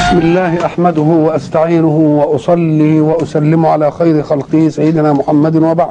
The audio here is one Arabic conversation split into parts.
بسم الله أحمده وأستعينه وأصلي وأسلم على خير خلقه سيدنا محمد وبعد.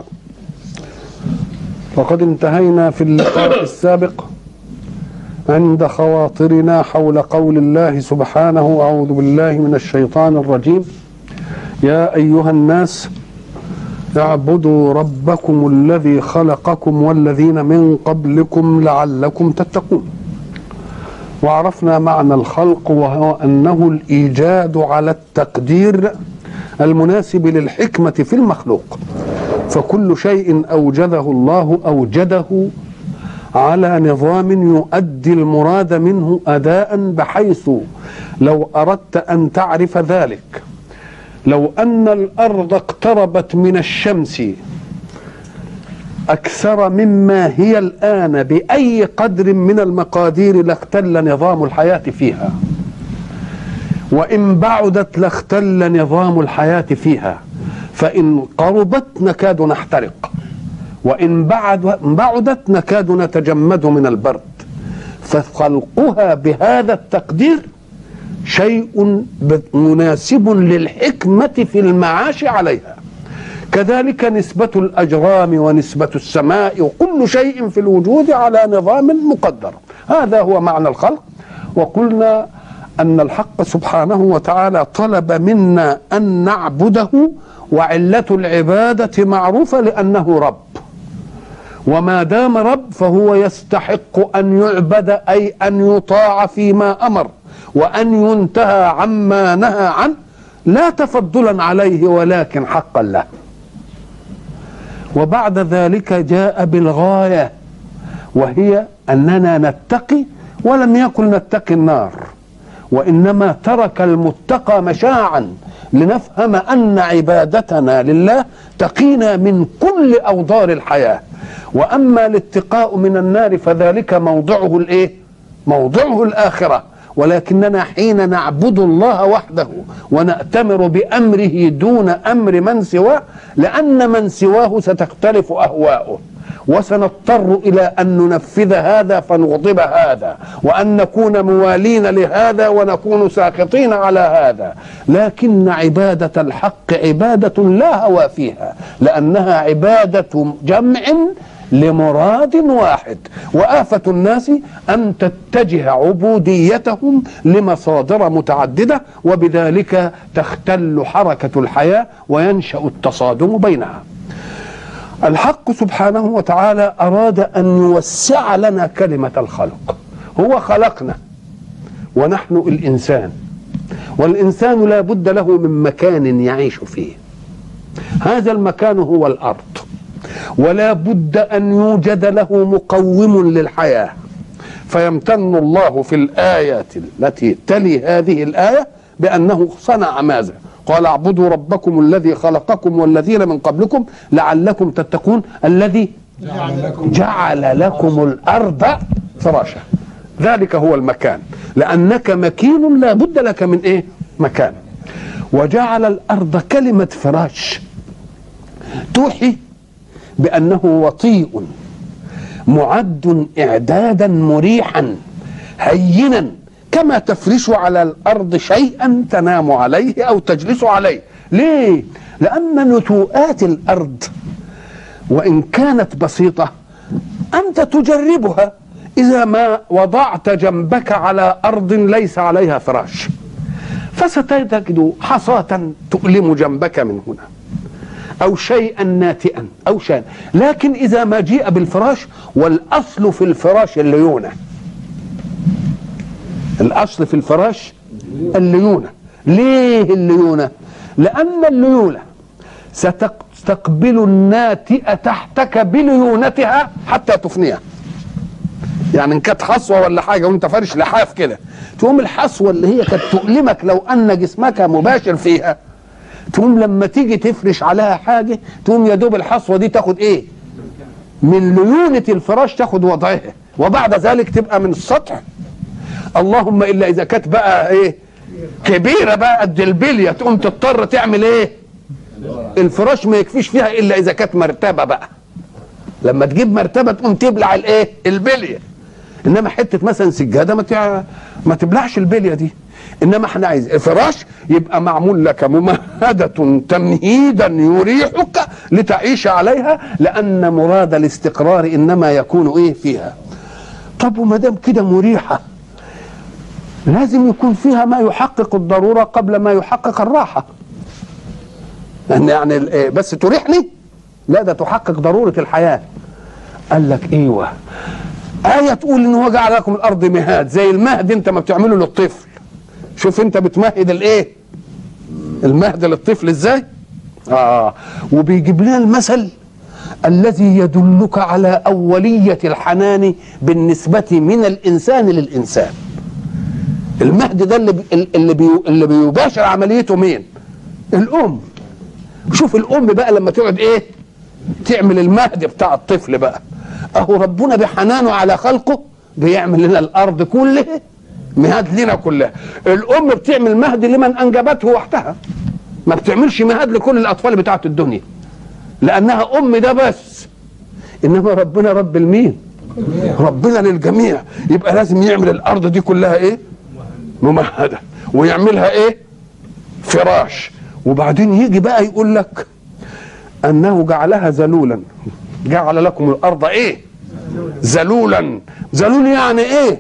وقد انتهينا في اللقاء السابق عند خواطرنا حول قول الله سبحانه: أعوذ بالله من الشيطان الرجيم، يا أيها الناس اعبدوا ربكم الذي خلقكم والذين من قبلكم لعلكم تتقون. وعرفنا معنى الخلق، وهو أنه الإيجاد على التقدير المناسب للحكمة في المخلوق، فكل شيء أوجده الله أوجده على نظام يؤدي المراد منه أداء، بحيث لو أردت أن تعرف ذلك، لو أن الأرض اقتربت من الشمس أكثر مما هي الآن بأي قدر من المقادير لاختل نظام الحياة فيها، وإن بعدت لاختل نظام الحياة فيها، فإن قربت نكاد نحترق، وإن بعدت نكاد نتجمد من البرد. فخلقها بهذا التقدير شيء مناسب للحكمة في المعاش عليها. كذلك نسبة الأجرام ونسبة السماء وكل شيء في الوجود على نظام مقدر. هذا هو معنى الخلق. وقلنا أن الحق سبحانه وتعالى طلب منا أن نعبده، وعلة العبادة معروفة لأنه رب، وما دام رب فهو يستحق أن يعبد، أي أن يطاع فيما أمر وأن ينتهى عما نهى عنه، لا تفضلا عليه ولكن حقا له. وبعد ذلك جاء بالغاية، وهي أننا نتقي، ولم يكن نتقي النار، وإنما ترك المتقى مشاعا لنفهم أن عبادتنا لله تقينا من كل أوضار الحياة. وأما الاتقاء من النار فذلك موضعه الإيه؟ موضعه الآخرة. ولكننا حين نعبد الله وحده ونأتمر بأمره دون أمر من سواه، لأن من سواه ستختلف أهواؤه، وسنضطر إلى أن ننفذ هذا فنغضب هذا، وأن نكون موالين لهذا ونكون ساخطين على هذا. لكن عبادة الحق عبادة لا هوى فيها، لأنها عبادة جمع لمراد واحد. وآفة الناس أن تتجه عبوديتهم لمصادر متعددة، وبذلك تختل حركة الحياة وينشأ التصادم بينها. الحق سبحانه وتعالى أراد أن يوسع لنا كلمة الخلق. هو خلقنا ونحن الإنسان، والإنسان لا بد له من مكان يعيش فيه. هذا المكان هو الأرض، ولا بد أن يوجد له مقوم للحياة. فيمتن الله في الآيات التي تلي هذه الآية بأنه صنع ماذا؟ قال: اعبدوا ربكم الذي خلقكم والذين من قبلكم لعلكم تتقون، الذي جعل لكم الأرض فراشا. ذلك هو المكان، لأنك مكين لا بد لك من إيه؟ مكان. وجعل الأرض كلمة فراش توحي بأنه وطيء معد إعدادا مريحا هينا، كما تفرش على الأرض شيئا تنام عليه أو تجلس عليه. ليه؟ لأن نتوءات الأرض وإن كانت بسيطة أنت تجربها إذا ما وضعت جنبك على أرض ليس عليها فراش، فستجد حصاة تؤلم جنبك من هنا، أو شيئا ناتئا أو شيئا. لكن إذا ما جيء بالفراش، والأصل في الفراش الليونة، الأصل في الفراش الليونة. ليه الليونة؟ لأن الليونة ستقبل الناتئة تحتك بليونتها حتى تفنيها. يعني إن كانت حصوة ولا حاجة وانت فارش لحاف كده، تقوم الحصوة اللي هي كانت تؤلمك لو أن جسمك مباشر فيها، تقوم لما تيجي تفرش عليها حاجة تقوم يا دوب الحصوة دي تاخد ايه؟ من ليونة الفراش تاخد وضعها، وبعد ذلك تبقى من السطح. اللهم إلا إذا كانت بقى ايه؟ كبيرة بقى قد البلية، تقوم تضطر تعمل ايه؟ الفراش ما يكفيش فيها إلا إذا كانت مرتبة بقى. لما تجيب مرتبة تقوم تبلع الايه؟ البلية. انما حته مثلا سجاده ما تبلعش البليه دي. انما احنا عايز فراش يبقى معمول لك ممهده تمهيدا يريحك لتعيش عليها، لان مراد الاستقرار انما يكون ايه فيها. طب وما دام كده مريحه لازم يكون فيها ما يحقق الضروره قبل ما يحقق الراحه. يعني بس تريحني؟ لا، ده تحقق ضروره الحياه. قال لك ايوه، آية تقول ان هو جعل لكم الارض مهاد، زي المهد انت ما بتعمله للطفل. شوف انت بتمهد الايه؟ المهد للطفل ازاي؟ وبيجيب لنا المثل الذي يدلك على أولية الحنان بالنسبة من الإنسان للإنسان. المهد ده اللي بيباشر عمليته مين؟ الأم. شوف الأم بقى لما تقعد ايه؟ تعمل المهد بتاع الطفل بقى. اهو ربنا بحنانه على خلقه بيعمل لنا الارض كلها مهاد لنا كلها. الام بتعمل مهد لمن انجبته وحدها، ما بتعملش مهاد لكل الاطفال بتاعت الدنيا لانها ام ده بس. انما ربنا رب المين؟ ربنا للجميع. يبقى لازم يعمل الارض دي كلها ايه؟ ممهده، ويعملها ايه؟ فراش. وبعدين يجي بقى يقول لك انه جعلها ذلولا. جعل لكم الارض ايه؟ ذلولا. ذلول يعني ايه؟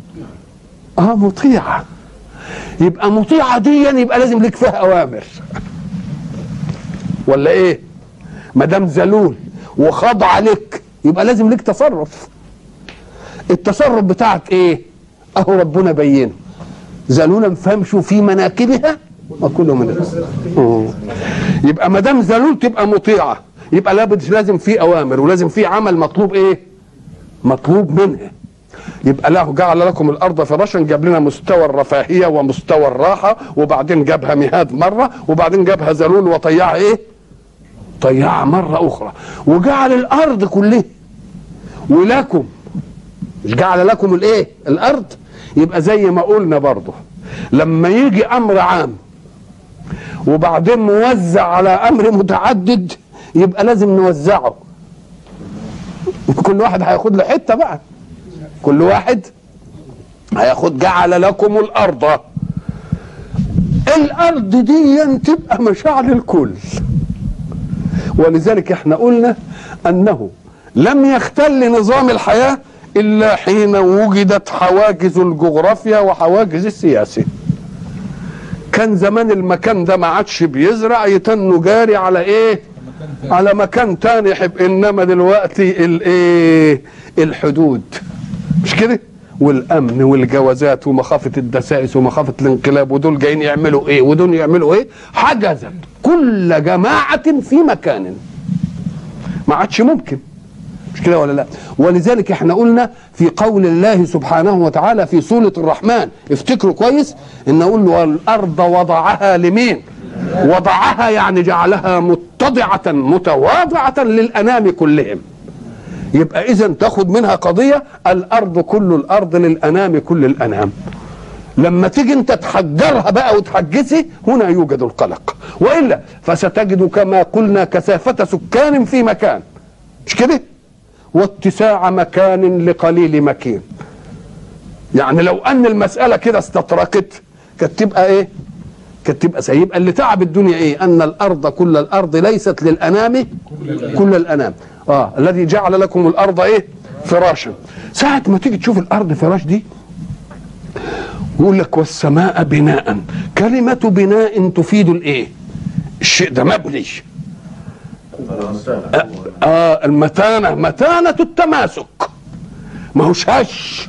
مطيعه. يبقى مطيعه دي يبقى لازم لك فيها اوامر ولا ايه؟ ما دام ذلول وخاضع لك يبقى لازم لك تصرف. التصرف بتاعك ايه؟ اهو ربنا بينه ذلولا فامشوا في مناكبها وكلوا من الارض. يبقى ما دام ذلول تبقى مطيعه، يبقى لازم في اوامر ولازم في عمل مطلوب ايه؟ مطلوب منها. يبقى له جعل لكم الارض فراشا، جاب لنا مستوى الرفاهيه ومستوى الراحه، وبعدين جابها مهاد مره، وبعدين جابها ذلول وطيعها ايه؟ طيعها مره اخرى. وجعل الارض كلها ولكم، مش جعل لكم الايه؟ الارض. يبقى زي ما قلنا برضه لما يجي امر عام وبعدين موزع على امر متعدد يبقى لازم نوزعه. كل واحد هياخد له حته بقى، كل واحد هياخد. جعل لكم الارض، الارض دي تبقى مشاعر الكل. ولذلك احنا قلنا انه لم يختل نظام الحياه الا حين وجدت حواجز الجغرافيا وحواجز السياسه. كان زمان المكان ده ما عادش بيزرع، يتنوا جاري على ايه؟ على مكان تاني يحب. انما دلوقتي الايه؟ الحدود، مش كده؟ والامن والجوازات ومخافه الدسائس ومخافه الانقلاب، ودول جايين يعملوا ايه ودول يعملوا ايه، حجزت كل جماعه في مكان. ما عادش ممكن، مش كده ولا لا؟ ولذلك احنا قلنا في قول الله سبحانه وتعالى في سورة الرحمن، افتكروا كويس، ان نقول والارض وضعها لمين؟ وضعها يعني جعلها متضعة متواضعة للانام كلهم. يبقى اذا تاخد منها قضية الارض كل الارض للانام كل الانام. لما تيجي انت تحجرها بقى وتحجزي هنا يوجد القلق، والا فستجد كما قلنا كثافة سكان في مكان، مش كده؟ واتساع مكان لقليل مكين. يعني لو ان المسألة كده استطرقت كانت تبقى ايه؟ كانت تبقى سيبقى اللي تعب الدنيا ايه؟ ان الارض كل الارض ليست للانام كل الانام. الذي جعل لكم الارض ايه؟ فراشا. ساعة ما تيجي تشوف الارض فراش دي يقول لك والسماء بناء. كلمة بناء تفيد الايه؟ الشيء ده مبني. المتانة، متانة التماسك، ما هوش هش.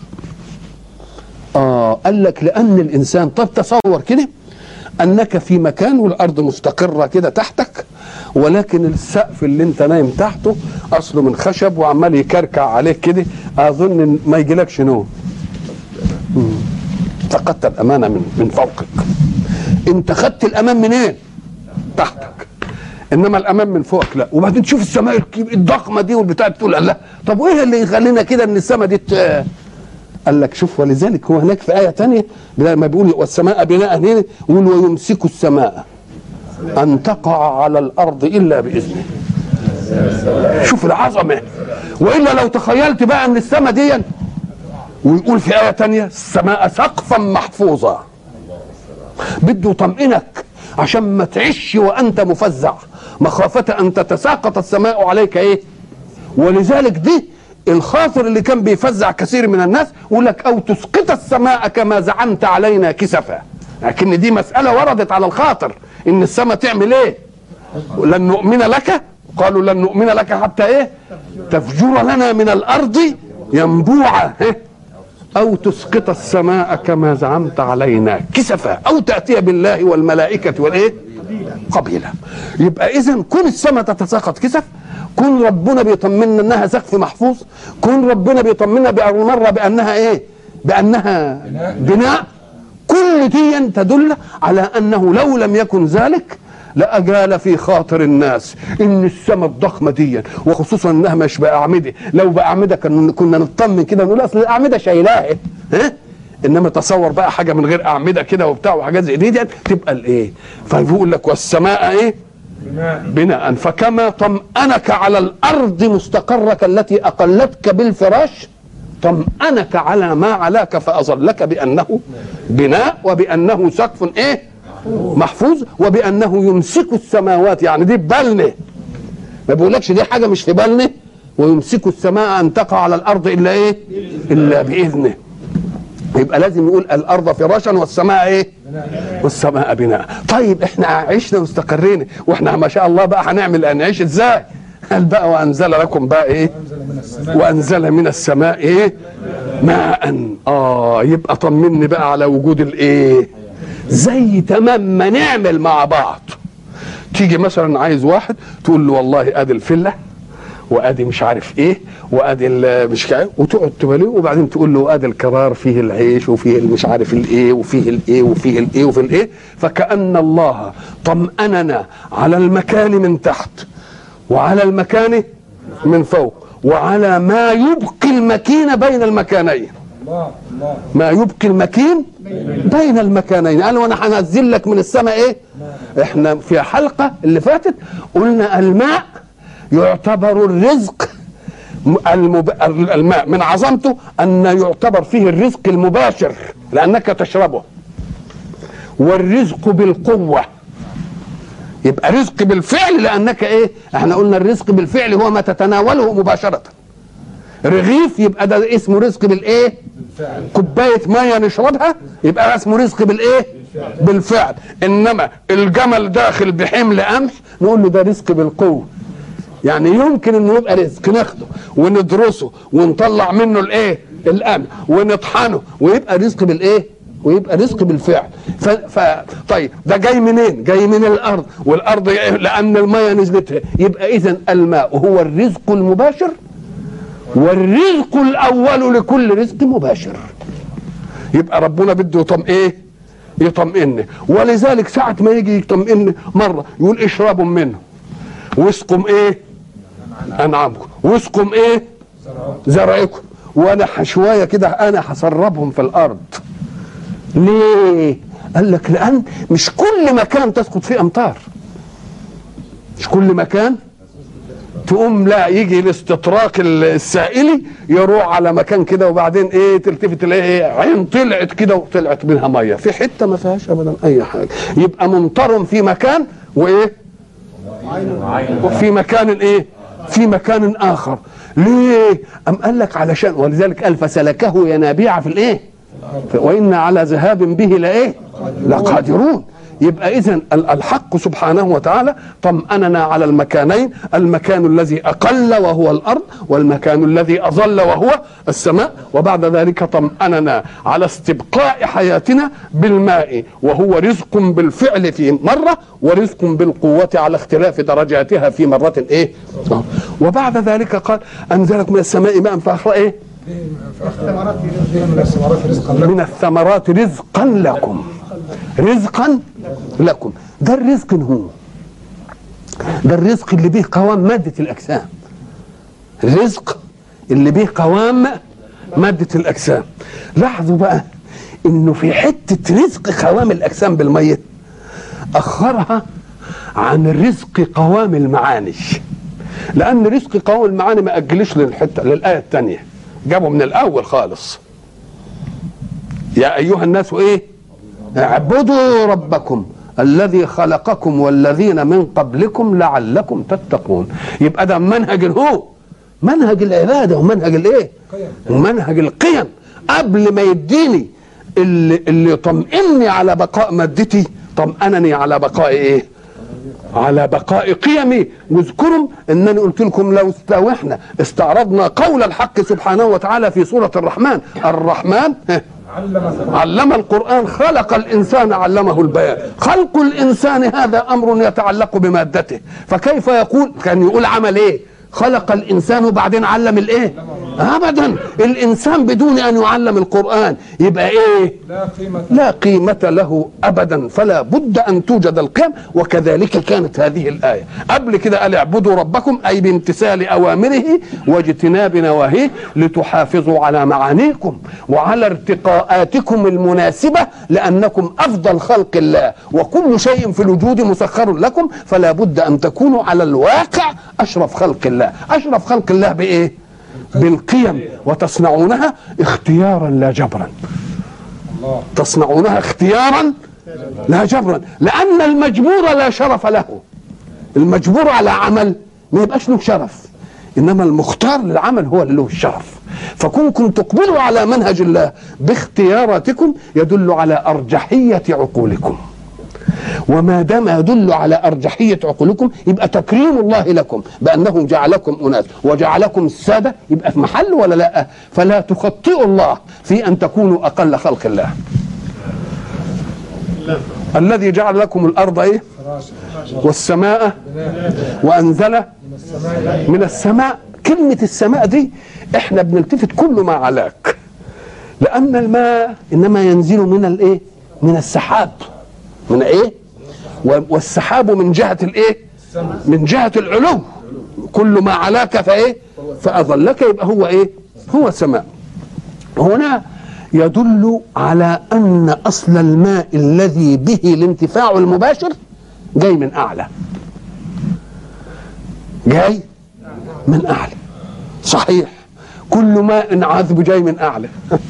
قال لك لأن الإنسان، طب تصور كده أنك في مكان والأرض مستقرة كده تحتك، ولكن السقف اللي أنت نايم تحته أصله من خشب وعمال يكركع عليك كده، أظن ما يجيلكش نوم. فقدت الأمانة من فوقك. أنت خدت الأمان منين؟ تحتك. انما الامام من فوق لا. وبعدين تشوف السماء الضخمه دي والبتاع، تقول الله، طب وايه اللي يخلينا كده ان السماء دي قال لك شوف. ولذلك هو هناك في ايه ثانيه لما بيقول والسماء بناء هنا يقول ويمسك السماء ان تقع على الارض الا باذنه. شوف العظمه. والا لو تخيلت بقى ان السماء دي ويقول في آية تانية السماء سقفا محفوظا. بده يطمئنك عشان ما تعيش وأنت مفزع مخافة أن تتساقط السماء عليك إيه. ولذلك دي الخاطر اللي كان بيفزع كثير من الناس، يقول لك أو تسقط السماء كما زعمت علينا كسفا. لكن دي مسألة وردت على الخاطر إن السماء تعمل إيه؟ لن نؤمن لك، قالوا لن نؤمن لك حتى إيه؟ تفجر لنا من الأرض ينبوعا أو تسقط السماء كما زعمت علينا كسفا أو تأتي بالله والملائكة والإيه؟ قبيلة. يبقى إذن كون السماء تتساقط كسف، كون ربنا بيطمنا انها سقف محفوظ، كون ربنا بيطمنا بأول مرة بأنها ايه؟ بأنها بناء. كل دي تدل على أنه لو لم يكن ذلك لأجال في خاطر الناس ان السماء الضخمة دي، وخصوصا انها مش بأعمدة. لو بأعمدة كنا نطمن كده نقول اصل الأعمدة شايلاها ها، انما تصور بقى حاجة من غير أعمدة كده وبتاع وحاجات زي دي تبقى الايه. فبيقول لك والسماء ايه؟ بناء. فكما طمأنك على الأرض مستقرك التي أقلتك بالفراش، طمأنك على ما علاك فأظلك بأنه بناء، وبأنه سقف إيه؟ محفوظ، وبأنه يمسك السماوات. يعني دي ببالنا، ما بيقولكش دي حاجة مش في بالنا. ويمسك السماء أن تقع على الأرض إلا إيه؟ إلا بإذنه. يبقى لازم يقول الأرض فراشا والسماء إيه؟ والسماء بناء. طيب احنا عشنا واستقرينا واحنا ما شاء الله بقى هنعمل نعيش ازاي؟ قال بقى وأنزل لكم بقى إيه؟ وأنزل من السماء إيه؟ ماء. يبقى طمني بقى على وجود الإيه؟ زي تمام ما نعمل مع بعض. تيجي مثلا عايز واحد تقول له والله ادي الفله وادي مش عارف ايه وادي مش عارف، وتقعد تباليه، وبعدين تقول له ادي القرار فيه العيش وفيه مش عارف الايه وفيه الايه وفيه الايه وفيه الايه. فكأن الله طمأننا على المكان من تحت وعلى المكان من فوق وعلى ما يبقي المكين بين المكانين. ما يبقي المكين بين المكانين. قال وانا هنزل لك من السماء ايه؟ احنا في حلقة اللي فاتت قلنا الماء يعتبر الرزق الماء من عظمته ان يعتبر فيه الرزق المباشر لانك تشربه، والرزق بالقوة يبقى رزق بالفعل لانك ايه؟ احنا قلنا الرزق بالفعل هو ما تتناوله مباشرة. رغيف يبقى ده اسمه رزق بالايه؟ كوبايه ميه نشربها يبقى اسمه رزق بالايه؟ بالفعل. انما الجمل داخل بحمل قمح نقول له ده رزق بالقوه. يعني يمكن انه يبقى رزق ناخده وندرسه ونطلع منه الايه؟ القمح ونطحنه ويبقى رزق بالايه؟ ويبقى رزق بالفعل. طيب ده جاي منين؟ جاي من الارض، والارض لان الميه نزلتها. يبقى اذا الماء هو الرزق المباشر والرزق الاول لكل رزق مباشر. يبقى ربنا بده يطمئن. ولذلك ساعة ما يجي يطمئن مرة يقول اشربوا منه واسقوا ايه؟ انعامكم، واسقوا ايه؟ زرعكم. وانا شوية كده انا هسربهم في الارض. ليه؟ قال لك لان مش كل مكان تسقط فيه امطار، مش كل مكان تقوم لا يجي الاستطراق السائلي يروح على مكان كده وبعدين ايه تلتفت تلاقي عين طلعت كده وطلعت منها ميه في حته ما فيهاش ابدا اي حاجه. يبقى ممطر في مكان وايه؟ وفي مكان ايه؟ في مكان اخر. ليه؟ ام قال لك علشان ولذلك قال فسلكه ينابيع في الايه؟ وإن على ذهاب به لايه؟ لقادرون. يبقى إذن الحق سبحانه وتعالى طمأننا على المكانين، المكان الذي أقل وهو الأرض، والمكان الذي أظل وهو السماء. وبعد ذلك طمأننا على استبقاء حياتنا بالماء وهو رزق بالفعل في مرة ورزق بالقوة على اختلاف درجاتها في مرة ايه؟ وبعد ذلك قال أنزلك من السماء ماء فأخرى ايه؟ من الثمرات رزقا لكم. رزقا لكم. ده الرزق هو ده الرزق اللي به قوام مادة الأجسام. الرزق اللي به قوام مادة الأجسام. لاحظوا بقى إنه في حتة رزق قوام الأجسام بالمية أخرها عن الرزق قوام المعاني، لأن رزق قوام المعاني ما أجلش للآية الثانية، جابه من الأول خالص. يا ايها الناس ايه؟ اعبدوا ربكم الذي خلقكم والذين من قبلكم لعلكم تتقون. يبقى ده منهج هو منهج العباده ومنهج الايه؟ ومنهج القيم. قبل ما يديني اللي يطمئني على بقاء مادتي طمأنني على بقاء ايه؟ على بقاء قيمي. واذكروا انني قلت لكم لو احنا استعرضنا قول الحق سبحانه وتعالى في سورة الرحمن، الرحمن علم القرآن خلق الإنسان علمه البيان. خلق الإنسان هذا أمر يتعلق بمادته، فكيف يقول كان يقول عمل ايه؟ خلق الإنسان وبعدين علم الايه؟ أبدا. الإنسان بدون أن يعلم القرآن يبقى ايه؟ لا قيمة له أبدا. فلا بد أن توجد القيم. وكذلك كانت هذه الآية. قبل كده قال اعبدوا ربكم أي بامتثال أوامره واجتناب نواهيه لتحافظوا على معانيكم وعلى ارتقاءاتكم المناسبة، لأنكم أفضل خلق الله وكل شيء في الوجود مسخر لكم، فلا بد أن تكونوا على الواقع أشرف خلق الله. أشرف خلق الله بإيه؟ بالقيم. وتصنعونها اختيارا لا جبرا. تصنعونها اختيارا لا جبرا، لأن المجبور لا شرف له. المجبور على عمل ما يبقاش له شرف، إنما المختار للعمل هو اللي له الشرف. فكونكم تقبلوا على منهج الله باختياراتكم يدل على أرجحية عقولكم، وما دام يدل على أرجحية عقولكم يبقى تكريم الله لكم بأنه جعلكم أناس وجعلكم السادة، يبقى في محل ولا لا؟ فلا تخطئوا الله في أن تكونوا أقل خلق الله. الذي جعل لكم الأرض إيه؟ والسماء وأنزل من السماء. كلمة السماء دي احنا بنلتفت كل ما علاك، لأن الماء إنما ينزل من الإيه؟ من السحاب. من ايه؟ والسحاب من جهة الايه؟ من جهة العلو. كل ما علاك فايه؟ فأظلك، يبقى هو ايه؟ هو سماء. هنا يدل على ان اصل الماء الذي به الانتفاع المباشر جاي من اعلى، جاي من اعلى. صحيح كل ماء عذب جاي من اعلى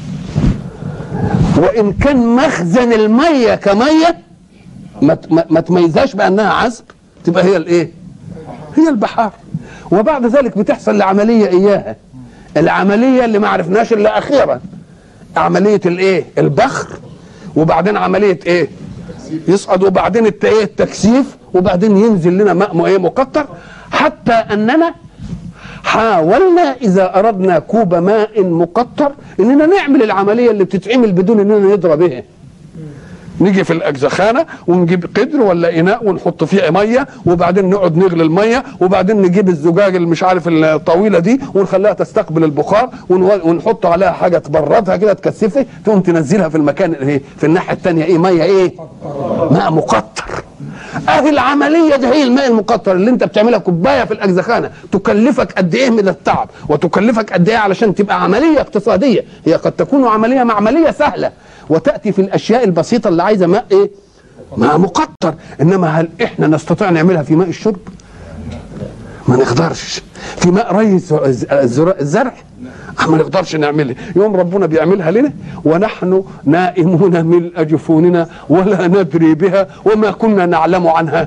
وان كان مخزن المية كمية ما تميزهاش بانها عذب، تبقى هي الايه؟ هي البحار. وبعد ذلك بتحصل العمليه اياها، العمليه اللي ما عرفناش الا اخيرا، عمليه الايه؟ البخر، وبعدين عمليه ايه؟ يصعد، وبعدين ايه؟ التكثيف، وبعدين ينزل لنا ماء ايه؟ مقطر. حتى اننا حاولنا اذا اردنا كوب ماء مقطر اننا نعمل العمليه اللي بتتعمل بدون اننا نضرب بها. نيجي في الاجزخانه ونجيب قدر ولا اناء ونحط فيه ميه، وبعدين نقعد نغلي الميه، وبعدين نجيب الزجاج اللي مش عارف الطويله دي ونخليها تستقبل البخار ونحط عليها حاجه تبردها كده تكثفها، تقوم تنزلها في المكان ايه؟ في الناحيه الثانيه ايه؟ ميه ايه؟ ماء مقطر. اهي العمليه دي هي الماء المقطر اللي انت بتعملها كوبايه في الاجزخانه، تكلفك قد ايه من التعب وتكلفك قد ايه علشان تبقى عمليه اقتصاديه. هي قد تكون عمليه معمليه سهله وتأتي في الأشياء البسيطة اللي عايزة ماء إيه؟ ماء مقطر. إنما هل إحنا نستطيع نعملها في ماء الشرب؟ ما نقدرش. في ماء ري الزرع ما نقدرش نعملها. يوم ربنا بيعملها لنا ونحن نائمون ملء جفوننا ولا ندري بها وما كنا نعلم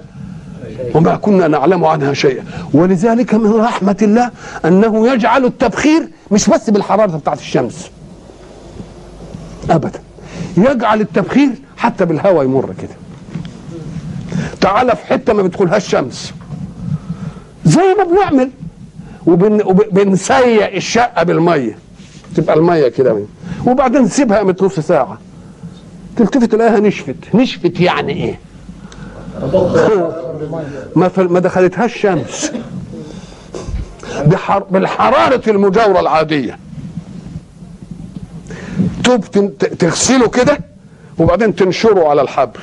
عنها شيئا. ولذلك من رحمة الله أنه يجعل التبخير مش بس بالحرارة بتاعت الشمس أبدا، يجعل التبخير حتى بالهواء يمر كده. تعال في حته ما بتدخلهاش شمس زي ما بنعمل وبنسيق الشقه بالميه، تبقى الميه كده وبعدين نسيبها قامت نص ساعه تلتفت تلاقيها نشفت. يعني ايه؟ ما دخلتهاش شمس بالحراره المجاوره العاديه. توب تغسله كده وبعدين تنشره على الحبل،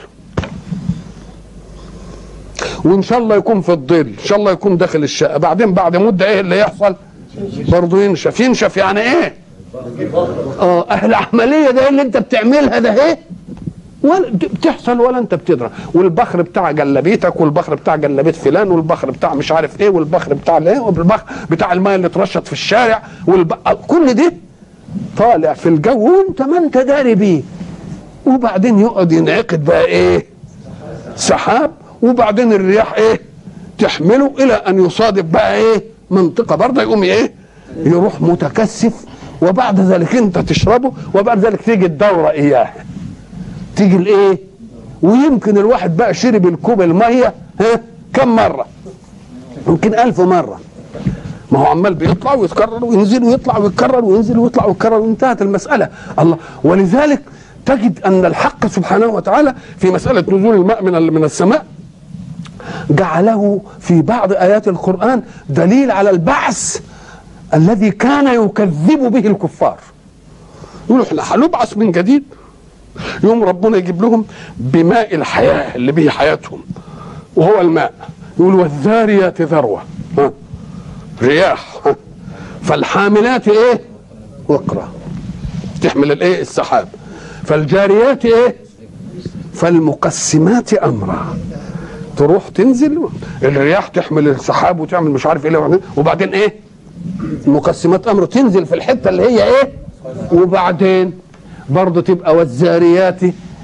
وان شاء الله يكون في الظل، ان شاء الله يكون داخل الشقه. بعدين بعد مده ايه اللي يحصل؟ برضه ينشف. يعني ايه؟ العمليه ده اللي انت بتعملها ده ايه؟ ولا بتحصل ولا انت بتدرى. والبخر بتاع جلابيتك، والبخر بتاع جلابيت فلان، والبخر بتاع مش عارف ايه، والبخر بتاع الايه، والبخر بتاع الماء اللي اترشت في الشارع، كل دي طالع في الجو وانت ما انت داري بيه. وبعدين يقعد ينعقد بقى ايه؟ سحاب، وبعدين الرياح ايه؟ تحمله الى ان يصادف بقى ايه؟ منطقه برضه، يقوم ايه؟ يروح متكثف، وبعد ذلك انت تشربه، وبعد ذلك تيجي الدوره اياه، تيجي الايه؟ ويمكن الواحد بقى شرب الكوب الميه كم مره؟ يمكن 1000 مره. ما هو عمال بيطلع ويتكرر وينزل ويطلع ويتكرر وينزل ويطلع ويتكرر، وانتهت المساله. الله. ولذلك تجد ان الحق سبحانه وتعالى في مساله نزول الماء من السماء جعله في بعض ايات القران دليل على البعث الذي كان يكذب به الكفار. يقولوا احنا هنبعث من جديد، يوم ربنا يجيب لهم بماء الحياه اللي به حياتهم وهو الماء. يقول والذاريات ذروه، رياح، فالحاملات ايه؟ وقرا، تحمل الايه؟ السحاب. فالجاريات ايه؟ فالمقسمات امرا، تروح تنزل الرياح تحمل السحاب وتعمل مش عارف ايه، وبعدين ايه؟ المقسمات امر تنزل في الحته اللي هي ايه؟ وبعدين برضه تبقى والذاريات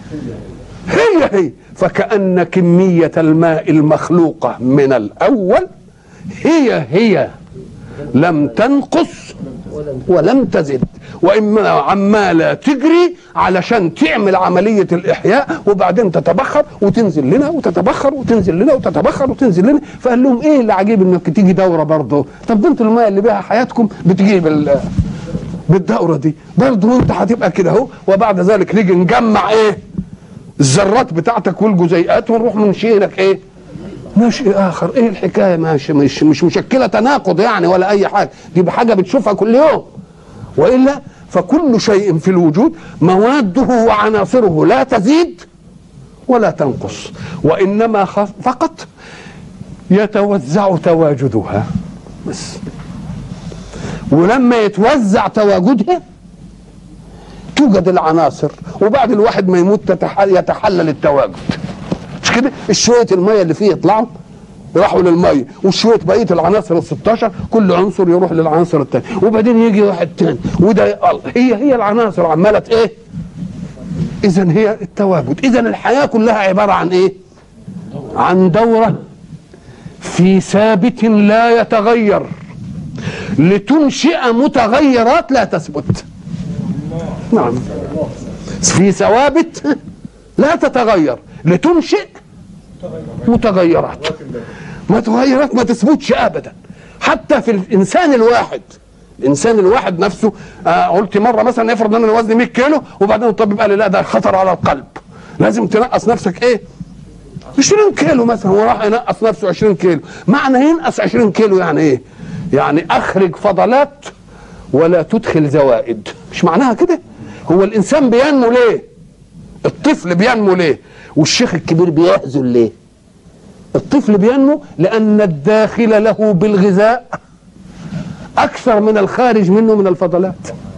هي فكأن كمية الماء المخلوقة من الأول هي لم تنقص ولم تزد، وإما عمالة تجري علشان تعمل عملية الإحياء، وبعدين تتبخر وتنزل لنا وتتبخر وتنزل لنا وتتبخر وتنزل لنا. فقال لهم إيه اللي عجيب إنك تيجي دورة برضه؟ طب انتوا الماء اللي بها حياتكم بتجي بالدورة دي برضه، انت هتبقى كده اهو، وبعد ذلك نيجي نجمع ايه؟ الذرات بتاعتك والجزيئات ونروح منشئلك ايه؟ نشئ اخر. ايه الحكايه؟ مش مشكله تناقض يعني ولا اي حاجه، دي بحاجه بتشوفها كل يوم. والا فكل شيء في الوجود مواده وعناصره لا تزيد ولا تنقص، وانما فقط يتوزع تواجدها بس. ولما يتوزع تواجدها توجد العناصر، وبعد الواحد ما يموت يتحلل التواجد. مش كده؟ الشويه الميه اللي فيه يطلعوا يروحوا للميه، والشويه بقيه العناصر ال16 كل عنصر يروح للعنصر الثاني، وبعدين يجي واحد ثاني، وده هي العناصر عماله ايه؟ اذا هي التواجد. اذا الحياه كلها عباره عن ايه؟ عن دوره في ثابت لا يتغير لتنشئ متغيرات لا تثبت. نعم، في ثوابت لا تتغير لتنشئ متغيرات. متغيرات ما تثبتش ابدا. حتى في الانسان الواحد نفسه. قلت مره مثلا افرض ان انا وزني 100 كيلو، وبعدين الطبيب قال لي لا ده خطر على القلب، لازم تنقص نفسك ايه؟ 20 كيلو مثلا، وراح ينقص نفسه 20 كيلو. معنى ينقص 20 كيلو يعني ايه؟ يعني اخرج فضلات ولا تدخل زوائد. مش معناها كده؟ هو الانسان بينمو ليه؟ الطفل بينمو ليه؟ والشيخ الكبير بيهزل ليه؟ الطفل بينمو لان الداخل له بالغذاء اكثر من الخارج منه من الفضلات.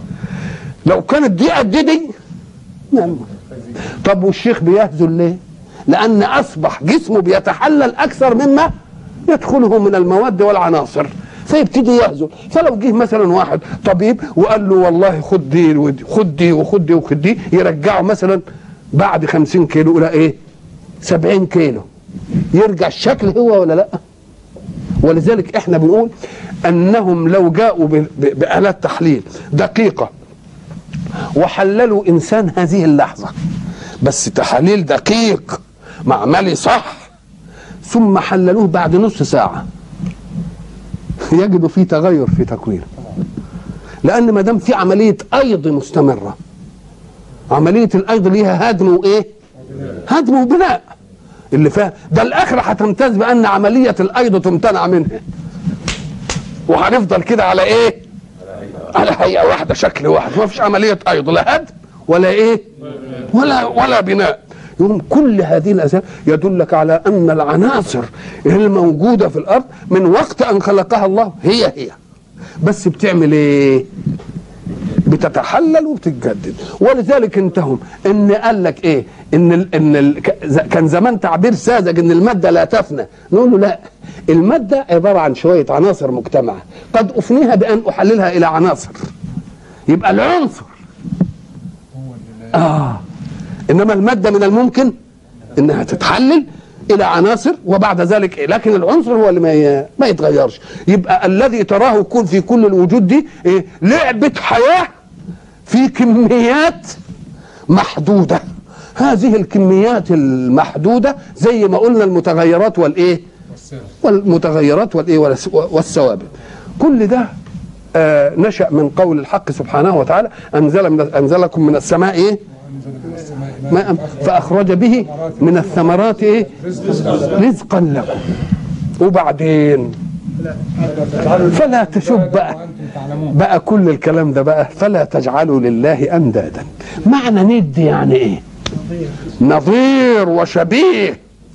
لو كانت دي قد دي نعم. طب والشيخ بيهزل ليه؟ لان اصبح جسمه بيتحلل اكثر مما يدخله من المواد والعناصر، فيبتدي يهزل. فلو جه مثلا واحد طبيب وقال له والله خد دي وخد دي وخد دي وخد دي، يرجعه مثلا بعد 50 كيلو الى ايه؟ 70 كيلو، يرجع الشكل هو ولا لا؟ ولذلك احنا بنقول انهم لو جاءوا بآلات تحليل دقيقة وحللوا انسان هذه اللحظة، بس تحليل دقيق معملي صح، ثم حللوه بعد نص ساعة، يجدوا فيه تغير في تكوينه. لان ما دام في عملية ايض مستمرة، عملية الايض ليها هدم وايه؟ هدم وبناء. اللي فيها ده الاخره هتمتاز بان عمليه الايض تمتنع منها، وهنفضل كده على ايه؟ على هيئه واحده، شكل واحد، ما فيش عمليه ايض، لا هدم ولا ايه؟ ولا بناء. يوم كل هذه الاسباب يدلك على ان العناصر الموجوده في الارض من وقت ان خلقها الله هي بس بتعمل ايه؟ بتتحلل وبتتجدد. ولذلك انتهم ان قال لك ايه؟ كان زمان تعبير ساذج ان الماده لا تفنى. نقول له لا، الماده عباره عن شويه عناصر مجتمعه، قد افنيها بان احللها الى عناصر. يبقى العنصر انما الماده من الممكن انها تتحلل الى عناصر وبعد ذلك إيه؟ لكن العنصر هو اللي ما يتغيرش. يبقى الذي تراه يكون في كل الوجود دي إيه؟ لعبه حياه في كميات محدوده. هذه الكميات المحدوده زي ما قلنا المتغيرات والايه والمتغيرات والايه والثوابت. كل ده نشأ من قول الحق سبحانه وتعالى أنزلكم من السماء إيه؟ ماء فأخرج به من الثمرات إيه؟ رزقا لكم. وبعدين فلا تشب بقى كل الكلام ده بقى فلا تجعلوا لله أندادا. معنى ند يعني إيه؟ نظير وشبيه.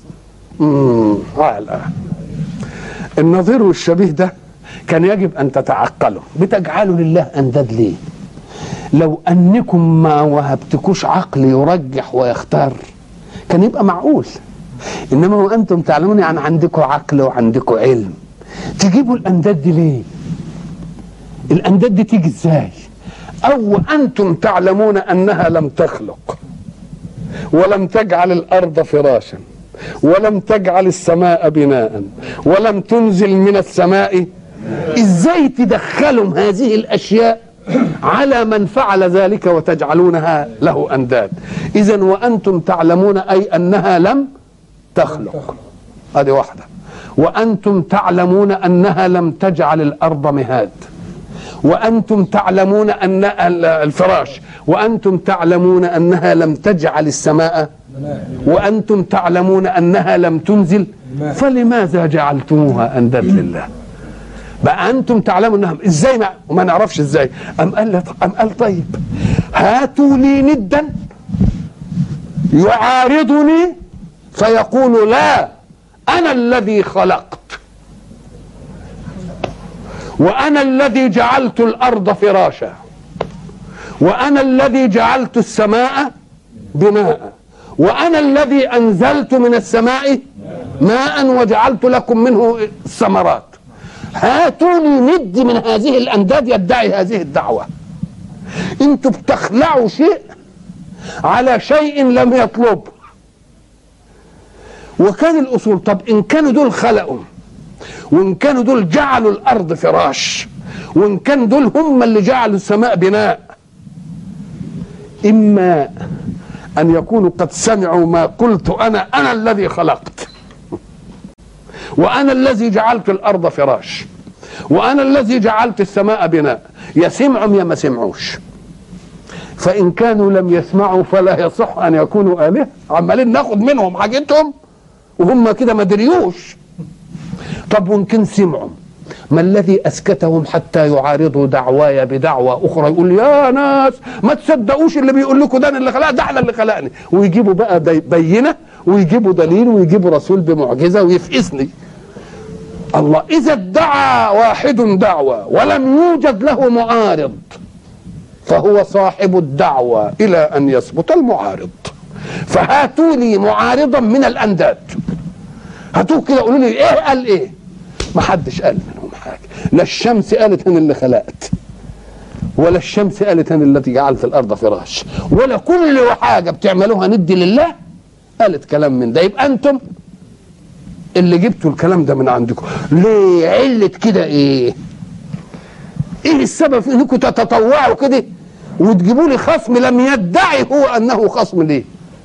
النظير والشبيه ده كان يجب أن تتعقلوا. بتجعلوا لله أنداد ليه؟ لو أنكم ما وهبتكوش عقل يرجح ويختار كان يبقى معقول. إنما وأنتم تعلمون يعني عندكم عقل وعندكم علم، تجيبوا الأنداد دي ليه؟ الأنداد دي تيجي إزاي؟ أو أنتم تعلمون أنها لم تخلق ولم تجعل الأرض فراشا ولم تجعل السماء بناء ولم تنزل من السماء، ازاي تدخلوا هذه الاشياء على من فعل ذلك وتجعلونها له انداد؟ اذا وانتم تعلمون اي انها لم تخلق، هذه واحده. وانتم تعلمون انها لم تجعل الارض مهاد، وانتم تعلمون ان الفراش، وانتم تعلمون انها لم تجعل السماء، وانتم تعلمون انها لم تنزل، فلماذا جعلتموها انداد لله؟ بقى انتم تعلموا انها ازاي وما نعرفش ازاي. ام قال طيب هاتوا لي ندا يعارضني فيقول لا انا الذي خلقت وانا الذي جعلت الارض فراشا وانا الذي جعلت السماء بناء وانا الذي انزلت من السماء ماء وجعلت لكم منه الثمرات. هاتوني ند من هذه الانداد يدعي هذه الدعوه. انتوا بتخلعوا شيء على شيء لم يطلب. وكان الاصول طب ان كانوا دول خلقوا وان كانوا دول جعلوا الارض فراش وان كان دول هم اللي جعلوا السماء بناء، اما ان يكونوا قد سمعوا ما قلت انا الذي خلقت وانا الذي جعلت الارض فراش وانا الذي جعلت السماء بناء، يا سمعوا يا ما سمعوش. فان كانوا لم يسمعوا فلا يصح ان يكونوا آلهة. عمالين ناخد منهم حاجتهم وهم كده ما دريوش. طب وان كان سمعوا ما الذي اسكتهم حتى يعارضوا دعواي بدعوى اخرى؟ يقول يا ناس ما تصدقوش اللي بيقول لكم ده انا اللي خلق، ده احنا اللي خلقني، ويجيبوا بقى بينه ويجيبوا دليل ويجيبوا رسول بمعجزه ويفقسني. الله اذا ادعى واحد دعوى ولم يوجد له معارض فهو صاحب الدعوة الى ان يثبت المعارض. فهاتوا لي معارضا من الانداد، هاتوه كده قولوا لي ايه قال ايه. ما حدش قال منهم حاجه، لا الشمس قالت انا اللي خلقت ولا الشمس قالت انا التي جعلت الارض فراش، ولا كل حاجه بتعملوها ندي لله قالت كلام من ده. يبقى انتم اللي جبتوا الكلام ده من عندكم. ليه؟ علة كده ايه السبب في انكم تتطوعوا كده وتجيبوا لي خصم لم يدعي هو انه خصم؟ ليه؟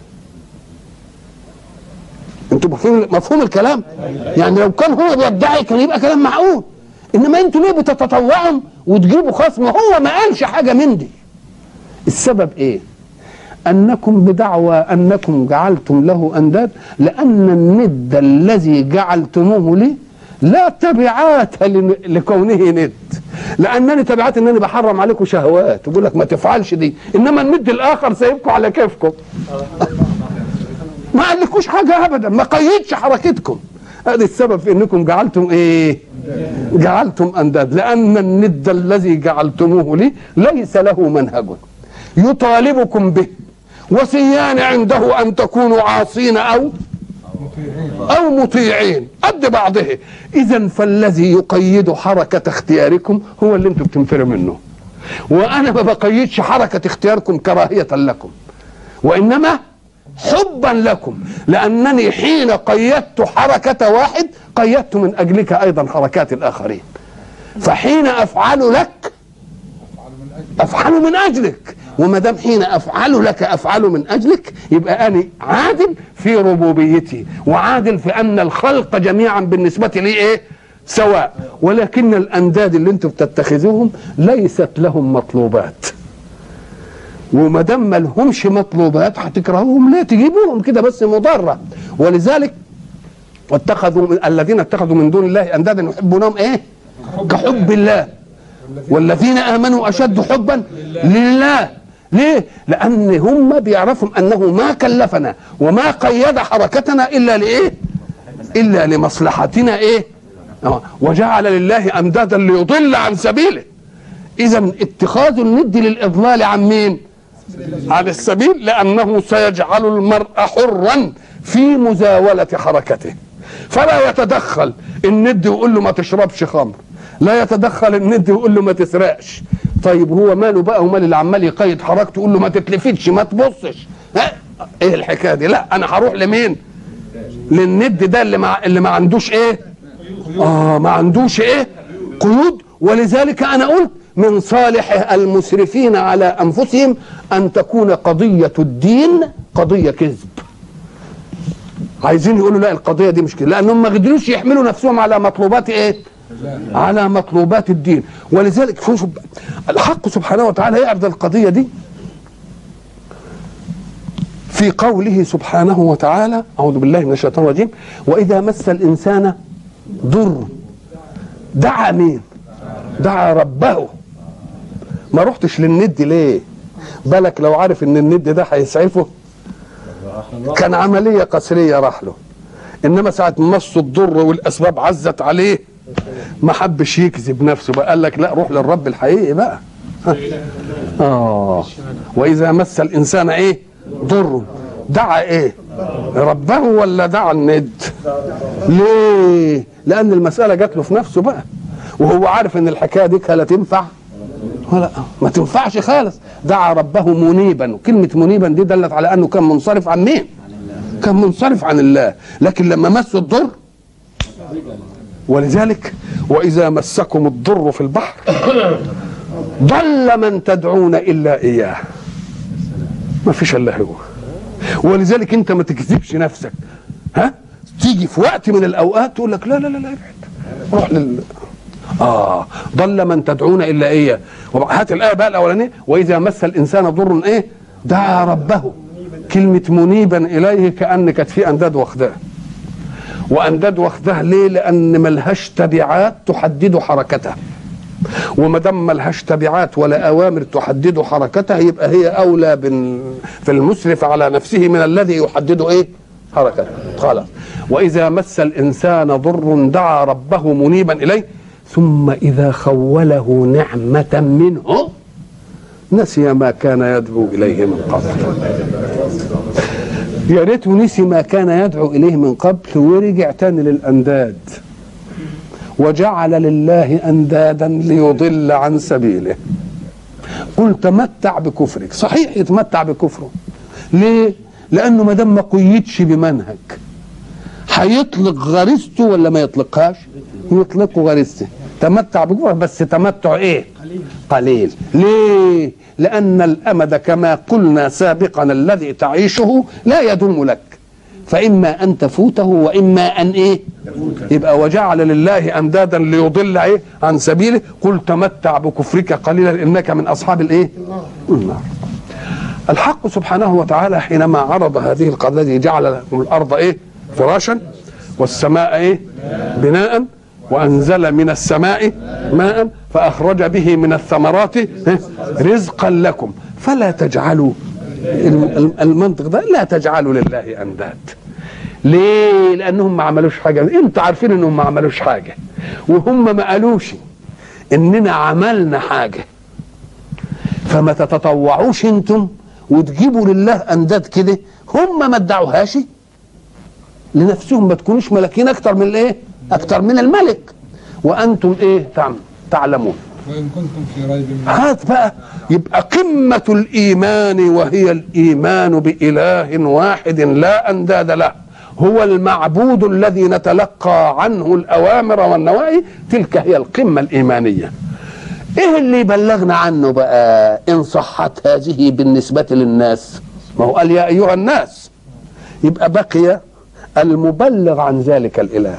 انتوا مفهوم الكلام؟ يعني لو كان هو بيدعي كان يبقى كلام معقول، انما انتوا ليه بتتطوعوا وتجيبوا خصم هو ما قالش حاجه من دي؟ السبب ايه؟ انكم بدعوى انكم جعلتم له انداد، لان الند الذي جعلتموه لي لا تبعات لكونه ند. لانني تبعات انني بحرم عليكم شهوات وبقول لك ما تفعلش دي، انما الند الاخر سايبكم على كيفكم. ما قالكوش حاجه ابدا، ما قيدش حركتكم. هذا السبب في انكم جعلتم ايه؟ جعلتم انداد، لان الند الذي جعلتموه لي ليس له منهج يطالبكم به، وسيان عنده ان تكونوا عاصين او مطيعين قد بعضه. اذا فالذي يقيد حركه اختياركم هو اللي انتم بتنفروا منه، وانا ما بقيدش حركه اختياركم كراهيه لكم، وانما حبا لكم، لأنني حين قيدت حركة واحد قيدت من أجلك أيضا حركات الآخرين، فحين أفعل لك أفعل من أجلك، وما دام حين أفعل لك أفعل من أجلك يبقى أنا عادل في ربوبيتي وعادل في أن الخلق جميعا بالنسبة لي إيه؟ سواء. ولكن الأنداد اللي أنتم بتتخذوهم ليست لهم مطلوبات، وما دام ما لهمش مطلوبات هتكرهوهم ليه؟ تجيبوهم كده بس مضرة. ولذلك واتخذوا الذين اتخذوا من دون الله أندادا يحبونهم إيه؟ كحب الله، والذين آمنوا أشد حبا لله. ليه؟ لأن هم بيعرفوا أنه ما كلفنا وما قيد حركتنا إلا لإيه؟ إلا لمصلحتنا إيه؟ وجعل لله أندادا ليضل عن سبيله. إذا اتخاذ الند للإضلال عن مين؟ عن السبيل، لأنه سيجعل المرء حرا في مزاولة حركته، فلا يتدخل الند ويقول له ما تشربش خمر، لا يتدخل الند ويقول له ما تسرقش. طيب هو ماله بقى ومال اللي عمال يقيد حركته يقول له ما تتلفتش ما تبصش؟ ايه الحكايه دي؟ لا، انا هروح لمين؟ للند ده اللي ما عندوش ايه؟ ما عندوش ايه؟ قيود. ولذلك انا قلت من صالح المسرفين على انفسهم ان تكون قضيه الدين قضيه كذب. عايزين يقولوا لا القضيه دي مش كده، لانهم ما قدروش يحملوا نفسهم على مطلوبات ايه؟ على مطلوبات الدين. ولذلك شوف الحق سبحانه وتعالى يعرض القضيه دي في قوله سبحانه وتعالى: اعوذ بالله من الشيطان الرجيم، واذا مس الانسان ضر دعا مين؟ دعا ربه. ما رحتش للند ليه؟ بالك لو عارف ان الند ده هيسعفه كان عمليه قسريه راح له، انما ساعه مس الضر والاسباب عزت عليه ما حبش يكذب نفسه بقى، قال لك لا روح للرب الحقيقي بقى. واذا مس الانسان ايه؟ ضر دعا ايه؟ ربه ولا دعا الند؟ ليه؟ لان المساله جات له في نفسه بقى، وهو عارف ان الحكايه دي لا تنفع ولا ما تنفعش خالص. دعا ربه منيبا، وكلمه منيبا دي دلت على انه كان منصرف عن مين؟ كان منصرف عن الله. لكن لما مسه الضر، ولذلك واذا مسكم الضر في البحر ضل من تدعون الا اياه، ما فيش الا هو. ولذلك انت ما تكذبش نفسك، تيجي في وقت من الاوقات تقول لك لا لا لا ابعد روح ضل من تدعون الا اياه. هات الايه بقى الاولانيه: واذا مس الانسان ضر ايه؟ دعا ربه. كلمه منيبا اليه كان كانت في انداد واخداه، وانداد واخداه ليه؟ لان ملهاش تبعات تحدد حركتها، وما دام ملهاش تبعات ولا اوامر تحدد حركتها يبقى هي اولى في المسرف على نفسه من الذي يحدد ايه؟ حركته. خلاص. واذا مس الانسان ضر دعا ربه منيبا اليه ثم اذا خوله نعمه منه نسي ما كان يدعو اليه من قبل. يا ريته نسي ما كان يدعو اليه من قبل ورجع تاني للانداد، وجعل لله اندادا ليضل عن سبيله. قل تمتع بكفرك. صحيح يتمتع بكفره، ليه؟ لانه ما دام ما قيدش بمنهج هيطلق غريزته ولا ما يطلقهاش؟ يطلقوا غريزته. تمتع بكفره بس تمتع ايه؟ قليل. ليه؟ لان الامد كما قلنا سابقا الذي تعيشه لا يدوم لك، فإما أن تفوته وإما أن إيه؟ يبقى وجعل لله أندادا ليضل إيه؟ عن سبيله. قل تمتع بكفرك قليلا إنك من أصحاب الإيه؟ النار. الحق سبحانه وتعالى حينما عرض هذه القضية جعل لكم الأرض إيه؟ فراشا والسماء إيه؟ بناء وأنزل من السماء ماء فأخرج به من الثمرات رزقا لكم فلا تجعلوا. المنطق ده لا تجعلوا لله انداد. ليه؟ لانهم ما عملوش حاجه. انتوا عارفين انهم ما عملوش حاجه، وهم ما قالوش اننا عملنا حاجه، فما تتطوعوش انتم وتجيبوا لله انداد كده هم ما ادعوهاش لنفسهم. ما تكونوش ملكين اكتر من الايه؟ اكتر من الملك، وانتم ايه؟ تعلمون. وإن كنتم في ريب هات بقى. يبقى قمة الإيمان وهي الإيمان بإله واحد لا أنداد له، هو المعبود الذي نتلقى عنه الأوامر والنواهي، تلك هي القمة الإيمانية. إيه اللي يبلغنا عنه بقى إن صحت هذه بالنسبة للناس؟ ما هو قال يا أيها الناس، يبقى بقي المبلغ عن ذلك الإله.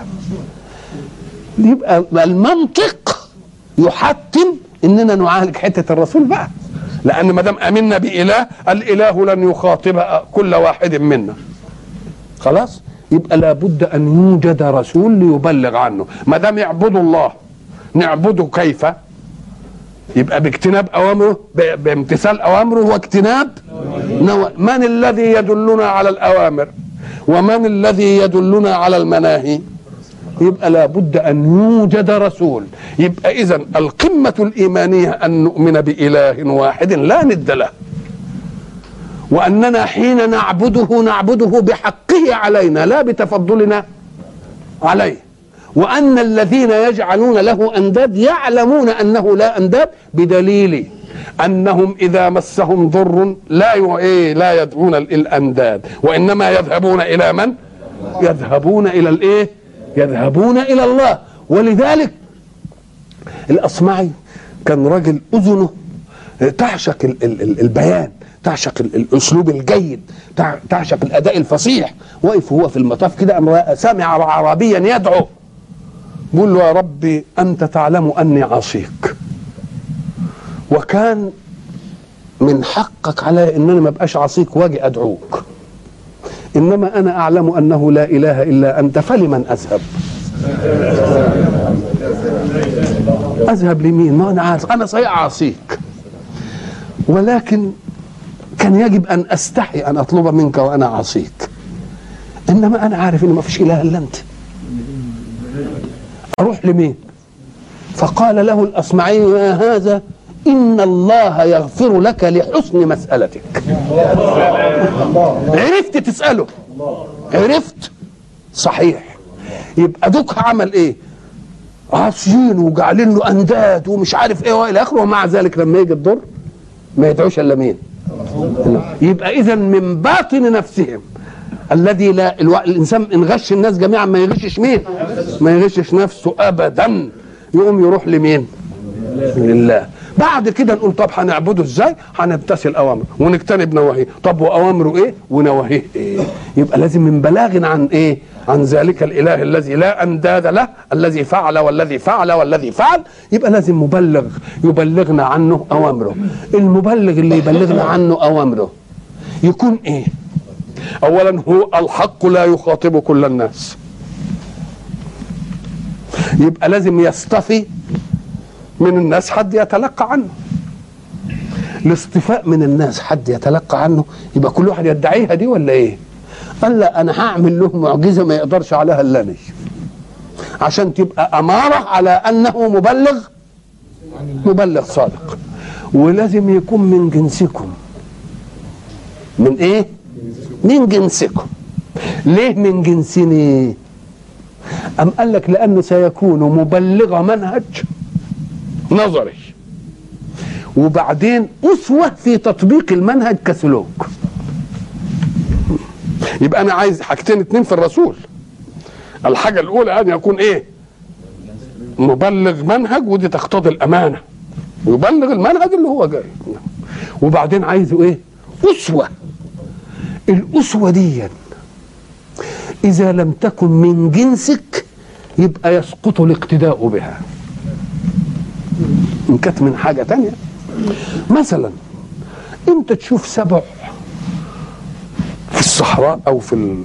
يبقى المنطق يحتم إننا نعالج حتة الرسول بقى، لأن ما دام آمنا بإله، الإله لن يخاطب كل واحد منا، خلاص. يبقى لابد أن يوجد رسول ليبلغ عنه. ما دام يعبدوا الله، نعبده كيف؟ يبقى باجتناب أوامره، بامتثال أوامره واجتناب من الذي يدلنا على الأوامر ومن الذي يدلنا على المناهي؟ يبقى لابد أن يوجد رسول. يبقى إذن القمة الإيمانية أن نؤمن بإله واحد لا ند له، وأننا حين نعبده بحقه علينا لا بتفضلنا عليه، وأن الذين يجعلون له أنداد يعلمون أنه لا أنداد بدليل أنهم إذا مسهم ضر لا يدعون الأنداد، وإنما يذهبون إلى من؟ يذهبون إلى الإيه؟ يذهبون إلى الله. ولذلك الأصمعي كان رجل أذنه تعشق البيان، تعشق الأسلوب الجيد، تعشق الأداء الفصيح. وقف هو في المطاف كده، سمع عربيا يدعو، بيقول له يا ربي أنت تعلم أني عصيك، وكان من حقك علي أنني ما بقاش عصيك واجي أدعوك، إنما أنا أعلم أنه لا إله إلا أنت، فلمن أذهب؟ أذهب لمين؟ ما أنا عارف أنا صحيح عصيك، ولكن كان يجب أن أستحي أن أطلب منك وأنا عصيك، إنما أنا عارف إن ما فيش إله إلا أنت، أروح لمين؟ فقال له الأصمعي يا هذا إن الله يغفر لك لحسن مسألتك. عرفت تسأله، عرفت صحيح. يبقى دوك عمل إيه؟ عاصين وجعلين له أنداد ومش عارف إيه وإلى آخره، ومع ذلك لما يجي الضر ما يدعوش إلا مين؟ يبقى إذن من باطن نفسهم الذي لا الإنسان إن غش الناس جميعا ما يغشش مين؟ ما يغشش نفسه أبدا، يقوم يروح لمين؟ لله. بعد كده نقول طب هنعبده ازاي؟ هنمتثل اوامره ونجتنب نواهيه. طب واوامره ايه ونواهيه ايه؟ يبقى لازم من بلاغ عن ايه؟ عن ذلك الاله الذي لا انداد له، الذي فعل والذي فعل والذي فعل. يبقى لازم مبلغ يبلغنا عنه اوامره. المبلغ اللي يبلغنا عنه اوامره يكون ايه؟ اولا هو الحق لا يخاطب كل الناس، يبقى لازم يصطفي من الناس حد يتلقى عنه. الاصطفاء من الناس حد يتلقى عنه، يبقى كل واحد يدعيها دي ولا ايه؟ قال لا انا هعمل له معجزه ما يقدرش عليها الا انا، عشان تبقى اماره على انه مبلغ صادق. ولازم يكون من جنسكم. من ايه؟ من جنسكم. ليه من جنسني؟ أم قال لك لأنه سيكون مبلغ منهج نظري، وبعدين أسوة في تطبيق المنهج كسلوك. يبقى أنا عايز حاجتين اتنين في الرسول. الحاجة الأولى أن يكون إيه؟ مبلغ منهج، ودي تقتضي الأمانة، يبلغ المنهج اللي هو جاي. وبعدين عايزه إيه؟ أسوة. الأسوة دي إذا لم تكن من جنسك يبقى يسقط الاقتداء بها. إن كانت من حاجة تانية، مثلا أنت تشوف سبع في الصحراء أو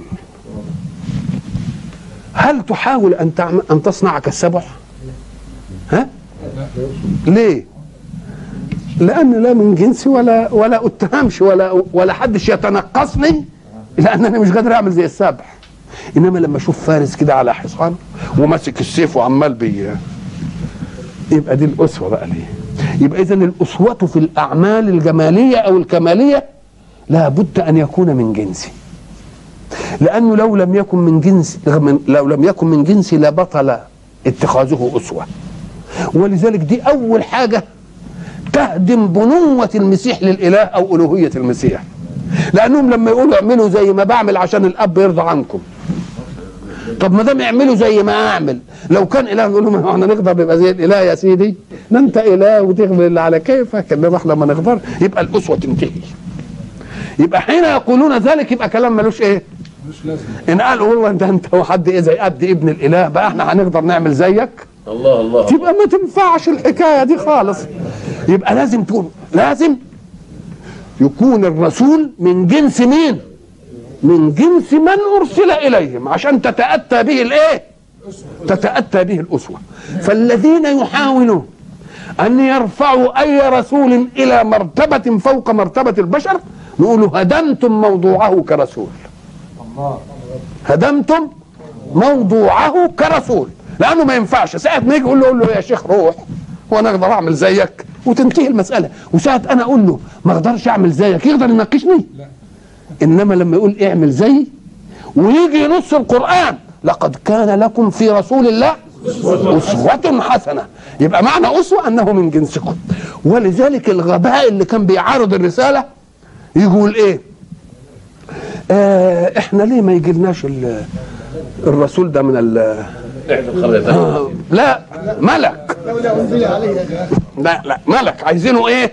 هل تحاول أن تصنع كالسبع؟ ها؟ ليه؟ لأن لا من جنسي ولا أتهمش ولا حدش يتنقصني، لأنني مش قادر أعمل زي السبع. إنما لما أشوف فارس كده على حصان وماسك السيف وعمال يبقى دي الأسوة بقى ليه. يبقى إذن الأسوة في الأعمال الجمالية أو الكمالية لا بد أن يكون من جنسي، لأنه لو لم يكن من جنسي لبطل اتخاذه أسوة. ولذلك دي اول حاجه تهدم بنوة المسيح للاله او الوهية المسيح، لانهم لما يقولوا اعملوا زي ما بعمل عشان الاب يرضى عنكم، طب ما دام يعملوا زي ما اعمل، لو كان اله يقول لهم احنا نقدر نبقى زي الاله يا سيدي، ده انت اله وتغفر اللي على كيفك، انما احنا ما نقدر، يبقى الاسوه تنتهي. يبقى حين يقولون ذلك يبقى كلام ملوش ايه؟ ملوش لازمه. ان قالوا والله انت وحد ايه زي قد ابن الاله بقى احنا هنقدر نعمل زيك؟ الله الله، تبقى ما تنفعش الحكايه دي خالص. يبقى لازم تقول، لازم يكون الرسول من جنس مين؟ من جنس من ارسل اليهم، عشان تتاتى به الايه؟ تتاتى به الاسوه. فالذين يحاولون ان يرفعوا اي رسول الى مرتبه فوق مرتبه البشر نقول هدمتم موضوعه كرسول. هدمتم موضوعه كرسول، لانه ما ينفعش ساعه ما يجي يقول له يا شيخ روح وانا اقدر اعمل زيك وتنتهي المساله، وساعه انا اقول له ما اقدرش اعمل زيك يقدر يناقشني؟ انما لما يقول اعمل زيي ويجي نص القران لقد كان لكم في رسول الله اسوه حسنه، يبقى معنى اسوه انه من جنسكم. ولذلك الغباء اللي كان بيعارض الرساله يقول ايه؟ احنا ليه ما يجيلناش الرسول ده من لا ملك، لا ملك، عايزينه ايه؟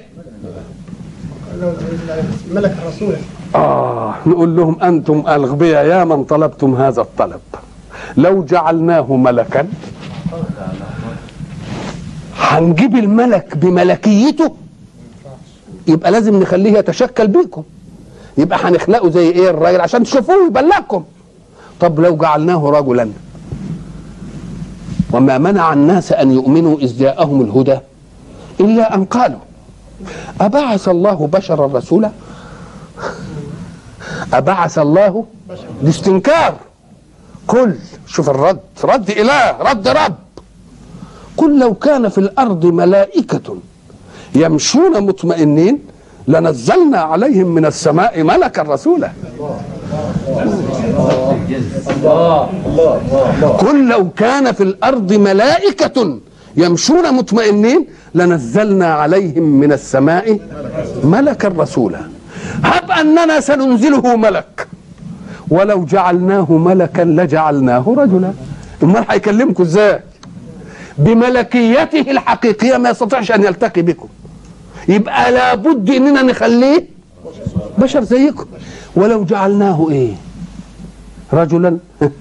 ملك رسوله. نقول لهم انتم الاغبياء يا من طلبتم هذا الطلب، لو جعلناه ملكا هنجيب الملك بملكيته، يبقى لازم نخليه يتشكل بيكم، يبقى هنخلقه زي ايه الراجل عشان تشوفوه يبلغكم. طب لو جعلناه رجلا، وما منع الناس ان يؤمنوا اذ جاءهم الهدى الا ان قالوا ابعث الله بشرا رسولا؟ ابعث الله لاستنكار. قل شوف الرد، رد اله، رد رب. قل لو كان في الارض ملائكه يمشون مطمئنين لنزلنا عليهم من السماء ملكا رسولا. قل لو كان في الارض ملائكه يمشون مطمئنين لنزلنا عليهم من السماء ملكا رسولا. هب اننا سننزله ملك، ولو جعلناه ملكا لجعلناه رجلا. امال هيكلمكم ازاي؟ بملكيته الحقيقيه ما يستطيعش ان يلتقي بكم، يبقى لابد اننا نخليه بشر زيكم. ولو جعلناه ايه؟ رجلا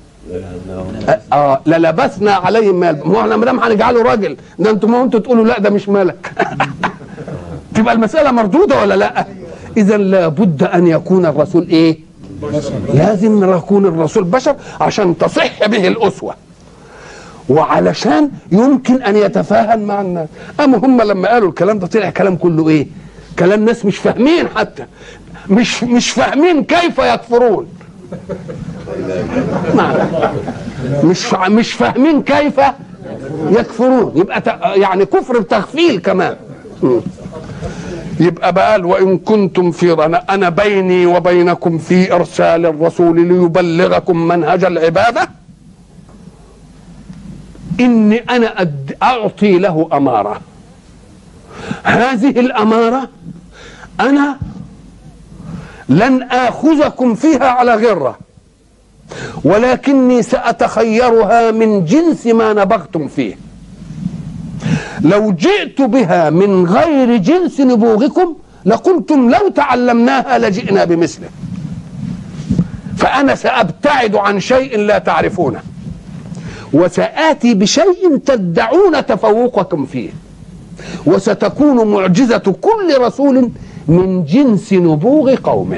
للبسنا عليهم ما يلبسون. احنا ما دام هنجعله راجل ده انتم تقولوا لا ده مش ملك تبقى المساله مردوده ولا لا؟ اذا لابد ان يكون الرسول ايه؟ لازم يكون الرسول بشر عشان تصح به الاسوه، وعلشان يمكن ان يتفاهم مع الناس. اما هم لما قالوا الكلام ده طلع كلام كله ايه؟ كلام ناس مش فاهمين، حتى مش فاهمين كيف يكفرون. مش فاهمين كيف يكفرون، يبقى يعني كفر بتغفيل كمان. يبقى بقى وإن كنتم في أنا بيني وبينكم في إرسال الرسول ليبلغكم منهج العبادة، إني أنا أعطي له أمارة. هذه الأمارة أنا لن آخذكم فيها على غرة، ولكني سأتخيرها من جنس ما نبغتم فيه. لو جئت بها من غير جنس نبوغكم لقلتم لو تعلمناها لجئنا بمثله. فأنا سأبتعد عن شيء لا تعرفونه، وسآتي بشيء تدعون تفوقكم فيه، وستكون معجزة كل رسول من جنس نبوغ قومه.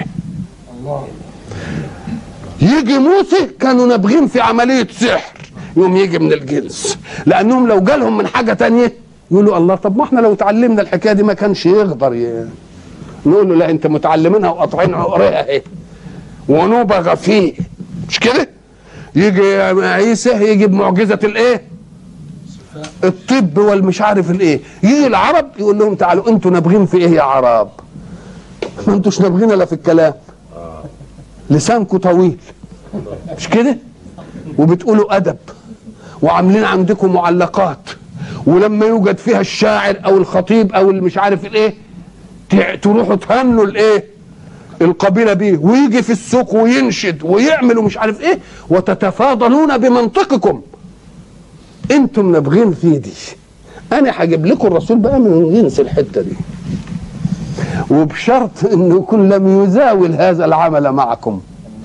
يجي موسى كانوا نابغين في عملية سحر، يوم يجي من الجنس، لأنهم لو جالهم من حاجة تانية يقولوا الله طب ما احنا لو تعلمنا الحكاية دي ما كانش يقدر نقول له لا انت متعلمينها وقاطعين عقرها اهي ونبغ فيه، مش كده؟ يجي عيسى يجي بمعجزة الايه؟ الطب والمش عارف الايه. يجي العرب يقول لهم تعالوا انتوا نابغين في ايه يا عرب؟ ما انتوش نابغين الا في الكلام، لسانكم طويل مش كده؟ وبتقولوا ادب وعاملين عندكم معلقات ولما يوجد فيها الشاعر او الخطيب او مش عارف الايه تروحوا تهنوا الايه القبيله بيه، ويجي في السوق وينشد ويعمل ومش عارف ايه، وتتفاضلون بمنطقكم. انتم نابغين في دي، انا هجيب لكم الرسول بقى من جنس الحته دي، وبشرط انه يكون لم يزاول هذا العمل معكم.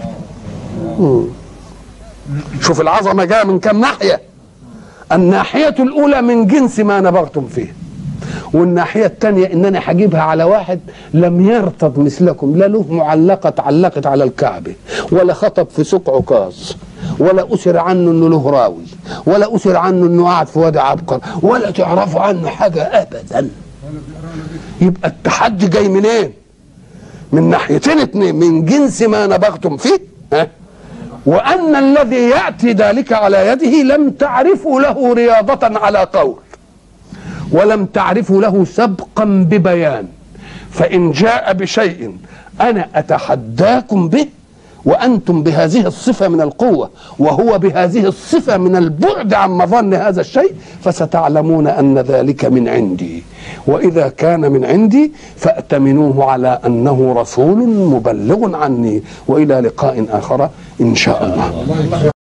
شوف العظمه جايه من كم ناحيه. الناحيه الاولى من جنس ما نبغتم فيه، والناحيه الثانيه ان انا هجيبها على واحد لم يرتض مثلكم، لا له معلقه علقت على الكعبه، ولا خطب في سوق عكاظ، ولا اسر عنه انه له راوي، ولا اسر عنه انه قاعد في وادي عبقر، ولا تعرفوا عنه حاجه ابدا. يبقى التحدي جاي منين؟ من ناحيتين اتنين، من جنس ما نبغتم فيه، وان الذي ياتي ذلك على يده لم تعرفوا له رياضه على قول، ولم تعرفوا له سبقا ببيان. فإن جاء بشيء أنا أتحداكم به وأنتم بهذه الصفة من القوة وهو بهذه الصفة من البعد عن مظن هذا الشيء، فستعلمون أن ذلك من عندي، وإذا كان من عندي فأتمنوه على أنه رسول مبلغ عني. وإلى لقاء آخر إن شاء الله.